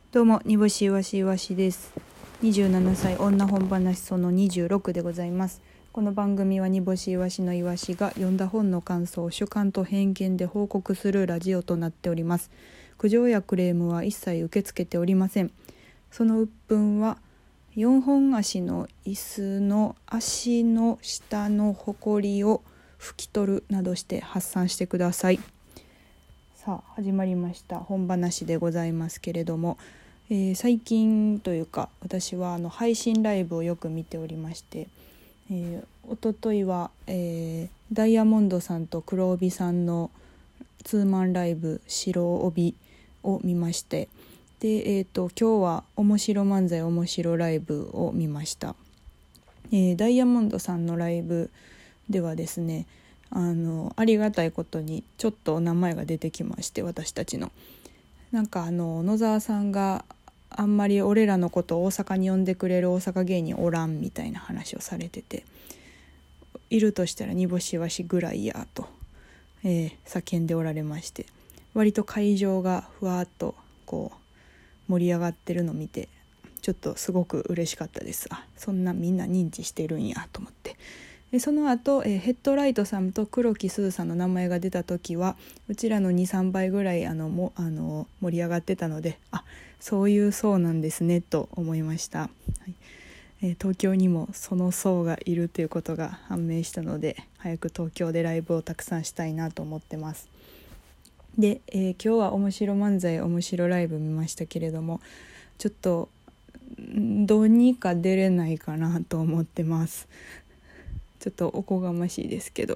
どうも、煮干しいわしいわしです。27歳女本話その26でございます。この番組は煮干しいわしのいわしが読んだ本の感想を主観と偏見で報告するラジオとなっております。苦情やクレームは一切受け付けておりません。その鬱憤は4本足の椅子の足の下のほこりを拭き取るなどして発散してください。さあ始まりました本話でございますけれども、最近というか私は配信ライブをよく見ておりまして、おとといは、ダイヤモンドさんと黒帯さんのツーマンライブ白帯を見まして、で、今日は面白漫才面白ライブを見ました。ダイヤモンドさんのライブではですね、ありがたいことにちょっとお名前が出てきまして、私たちのなんか野沢さんがあんまり俺らのことを大阪に呼んでくれる大阪芸人おらんみたいな話をされてて、いるとしたら煮干しわしぐらいやと、叫んでおられまして、割と会場がふわっとこう盛り上がってるのを見てちょっとすごく嬉しかったです。そんなみんな認知してるんやと思って。でその後、ヘッドライトさんと黒木すずさんの名前が出た時はうちらの 2,3 倍ぐらい盛り上がってたので、そういう層なんですねと思いました。東京にもその層がいるということが判明したので、早く東京でライブをたくさんしたいなと思ってます。で、今日は面白漫才面白ライブ見ましたけれども、ちょっとどうにか出れないかなと思ってます。ちょっとおこがましいですけど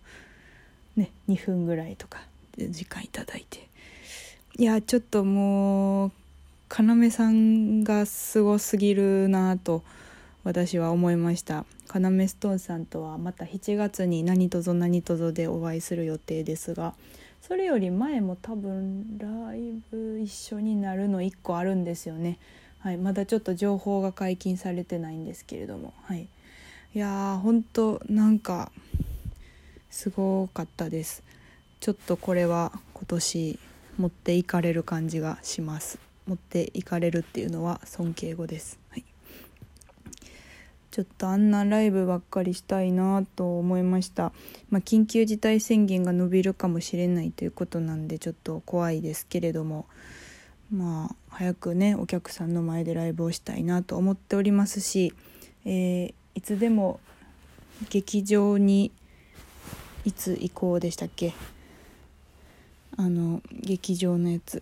2分ぐらいとかで時間いただいて、いやちょっともう要さんがすごすぎるなと私は思いました。要ストーンさんとはまた7月に何とぞ何とぞでお会いする予定ですが、それより前も多分ライブ一緒になるの1個あるんですよね。まだちょっと情報が解禁されてないんですけれども、いやー本当なんかすごかったです。ちょっとこれは今年持っていかれる感じがします。持っていかれるっていうのは尊敬語です。ちょっとあんなライブばっかりしたいなと思いました。緊急事態宣言が延びるかもしれないということなんでちょっと怖いですけれども、早くねお客さんの前でライブをしたいなと思っておりますし、いつでも劇場にいつ行こうでしたっけ、劇場のやつ、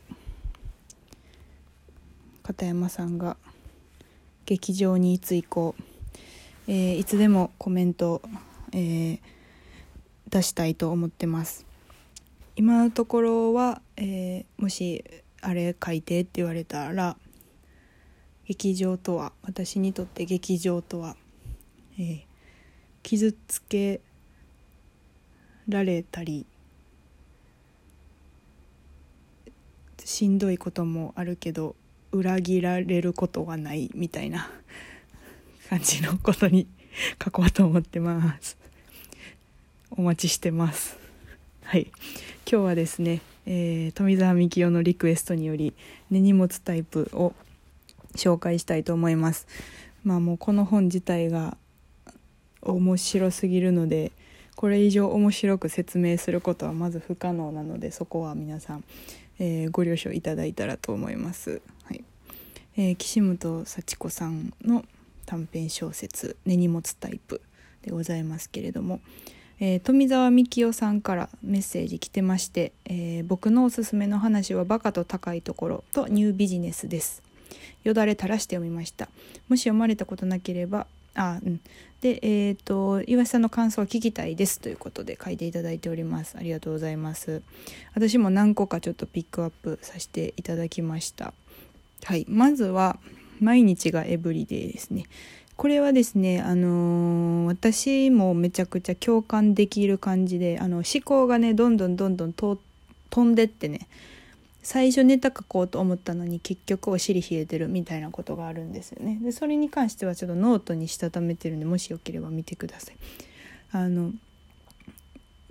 片山さんが劇場にいつ行こう、いつでもコメント、出したいと思ってます。今のところは、もしあれ書いてって言われたら、劇場とは、私にとって劇場とは、傷つけられたりしんどいこともあるけど裏切られることはないみたいな感じのことに書こうと思ってます。お待ちしてます。今日はですね、富澤美樹夫のリクエストにより根に持つタイプを紹介したいと思います。もうこの本自体が面白すぎるので、これ以上面白く説明することはまず不可能なので、そこは皆さん、ご了承いただいたらと思います。岸本幸子さんの短編小説根に持つタイプでございますけれども、富澤美樹夫さんからメッセージ来てまして、僕のおすすめの話はバカと高いところとニュービジネスです。よだれ垂らして読みました。もし読まれたことなければで、岩井さんの感想を聞きたいですということで書いていただいております。ありがとうございます。私も何個かちょっとピックアップさせていただきました。まずは毎日がエブリデイですね。これはですね、私もめちゃくちゃ共感できる感じで、思考がねどんどん飛んでってね、最初ネタ書こうと思ったのに結局お尻冷えてるみたいなことがあるんですよね。でそれに関してはちょっとノートにしたためてるんで、もしよければ見てください。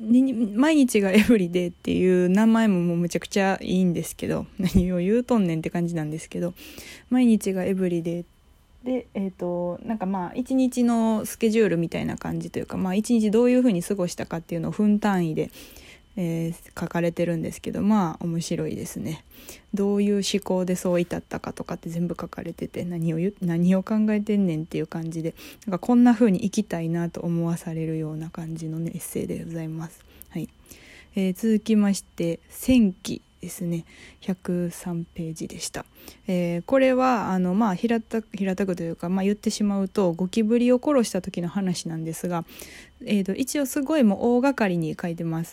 毎日がエブリデイっていう名前ももうむちゃくちゃいいんですけど、何を言うとんねんって感じなんですけど、毎日がエブリデイで、なんかまあ一日のスケジュールみたいな感じというか、まあ一日どういうふうに過ごしたかっていうのを分単位で、書かれてるんですけど、まあ面白いですね。どういう思考でそう至ったかとかって全部書かれてて、何を考えてんねんっていう感じで、なんかこんな風に生きたいなと思わされるような感じのねエッセイでございます。はい。続きまして戦記ですね。103ページでした。これはまあ平たくというか、まあ、言ってしまうとゴキブリを殺した時の話なんですが、一応すごいもう大掛かりに書いてます。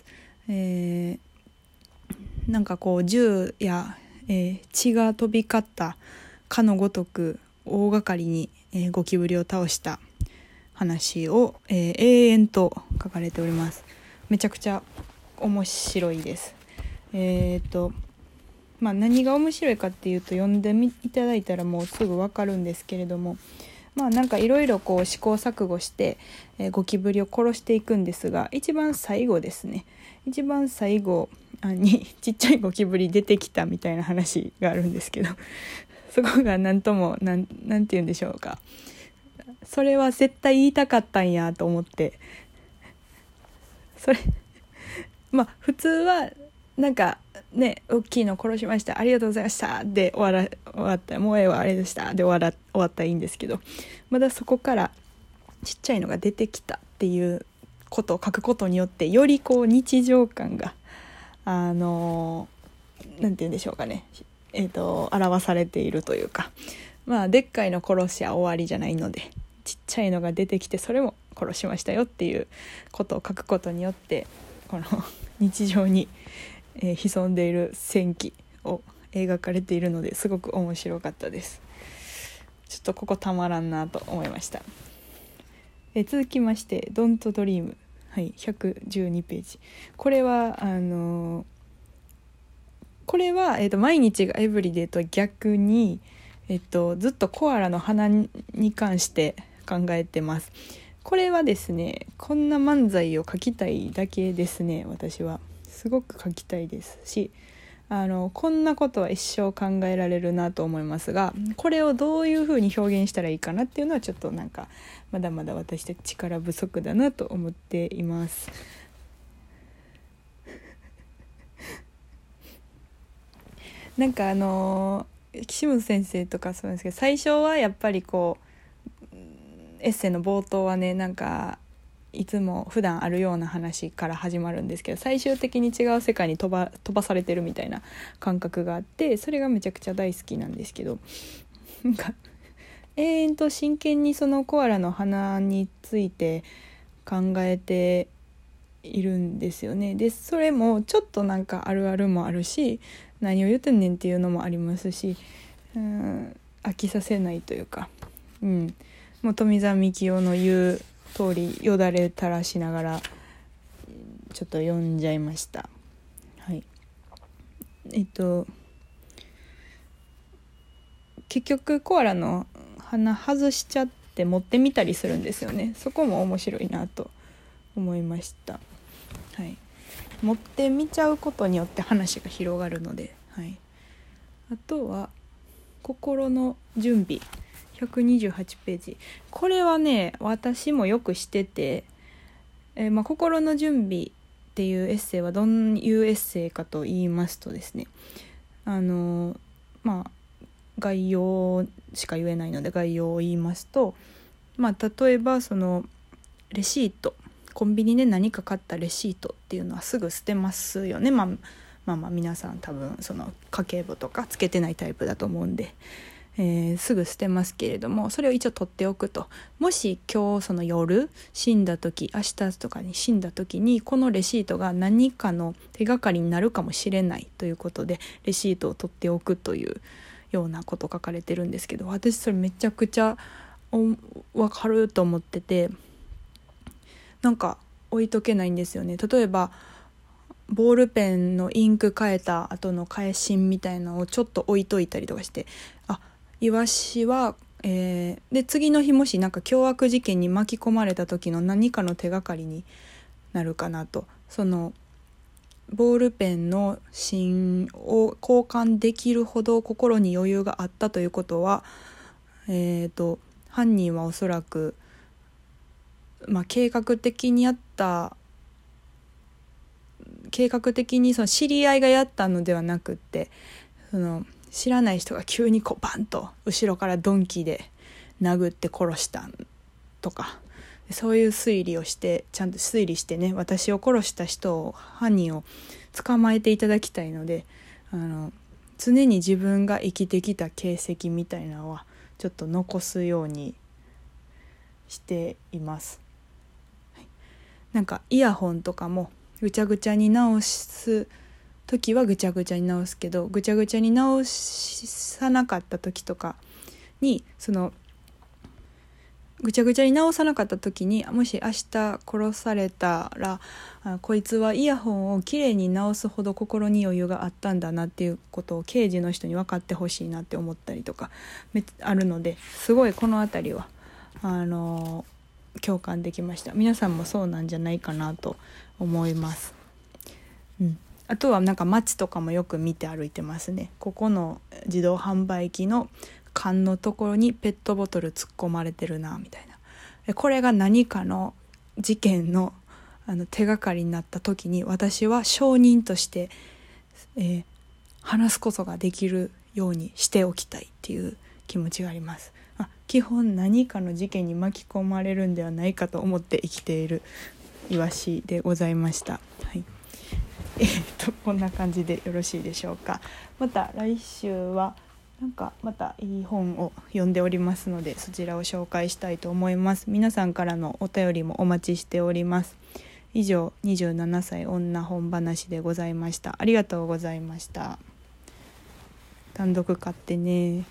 なんかこう銃や、血が飛び交ったかのごとく大掛かりに、ゴキブリを倒した話を、永遠と書かれております。めちゃくちゃ面白いです。まあ、何が面白いかっていうと、読んでいただいたらもうすぐ分かるんですけれども、まあなんかいろいろこう試行錯誤して、ゴキブリを殺していくんですが、一番最後にちっちゃいゴキブリ出てきたみたいな話があるんですけど、そこがなんともなんて言うんでしょうか、それは絶対言いたかったんやと思って、それまあ普通はなんかね、大きいの殺しましたありがとうございましたで終わったもうええわあれでしたで終わったらいいんですけど、まだそこからちっちゃいのが出てきたっていうことを書くことによって、よりこう日常感がなんて言うんでしょうかね、表されているというか、まあでっかいの殺しは終わりじゃないので、ちっちゃいのが出てきてそれも殺しましたよっていうことを書くことによって、この日常に潜んでいる戦記を描かれているので、すごく面白かったです。ちょっとここたまらんなと思いました。続きましてドントドリーム、はい、112ページ。これは毎日がエブリデイと逆に、ずっとコアラの花に関して考えてます。これはですね、こんな漫才を書きたいだけですね。私はすごく書きたいですし、こんなことは一生考えられるなと思いますが、これをどういうふうに表現したらいいかなっていうのはちょっとなんかまだまだ私たち力不足だなと思っています。なんか岸本先生とかそうですけど、最初はやっぱりこうエッセイの冒頭はね、なんかいつも普段あるような話から始まるんですけど、最終的に違う世界に飛ばされてるみたいな感覚があって、それがめちゃくちゃ大好きなんですけど、なんか永遠と真剣にそのコアラの花について考えているんですよね。でそれもちょっとなんかあるあるもあるし、何を言ってんねんっていうのもありますし、飽きさせないというか、もう富澤美樹夫の言う通りよだれ垂らしながらちょっと読んじゃいました。はい。結局コアラの花外しちゃって持ってみたりするんですよね。そこも面白いなと思いました。はい。持ってみちゃうことによって話が広がるので、はい。あとは心の準備128ページ。これはね、私もよくしてて、心の準備っていうエッセイはどういうエッセイかと言いますとですね、概要しか言えないので概要を言いますと、例えばそのレシート、コンビニで何か買ったレシートっていうのはすぐ捨てますよね。皆さん多分その家計簿とかつけてないタイプだと思うんで、すぐ捨てますけれども、それを一応取っておくと、もし今日その夜死んだ時、明日とかに死んだ時にこのレシートが何かの手がかりになるかもしれないということで、レシートを取っておくというようなこと書かれてるんですけど、私それめちゃくちゃわかると思ってて、なんか置いとけないんですよね。例えばボールペンのインク変えた後の返しみたいなのをちょっと置いといたりとかして、イワシは、で次の日もしなんか凶悪事件に巻き込まれた時の何かの手がかりになるかなと。 そのボールペンの芯を交換できるほど心に余裕があったということは、犯人はおそらく、計画的にその知り合いがやったのではなくって、その知らない人が急にこうバンと後ろから鈍器で殴って殺したとか、そういう推理をして、ちゃんと推理してね、私を殺した犯人を捕まえていただきたいので、常に自分が生きてきた形跡みたいなのはちょっと残すようにしています。なんかイヤホンとかもぐちゃぐちゃに直す時はぐちゃぐちゃに直すけど、ぐちゃぐちゃに直さなかった時とかに、そのぐちゃぐちゃに直さなかった時に、もし明日殺されたら、こいつはイヤホンをきれいに直すほど心に余裕があったんだなっていうことを刑事の人に分かってほしいなって思ったりとかあるので、すごいこのあたりは共感できました。皆さんもそうなんじゃないかなと思います。あとはなんか街とかもよく見て歩いてますね。ここの自動販売機の缶のところにペットボトル突っ込まれてるなみたいな。これが何かの事件の手がかりになった時に、私は証人として、話すことができるようにしておきたいっていう気持ちがあります。基本何かの事件に巻き込まれるんではないかと思って生きているイワシでございました。こんな感じでよろしいでしょうか。また来週はなんかまたいい本を読んでおりますので、そちらを紹介したいと思います。皆さんからのお便りもお待ちしております。以上、27歳女本話でございました。ありがとうございました。単独買ってね。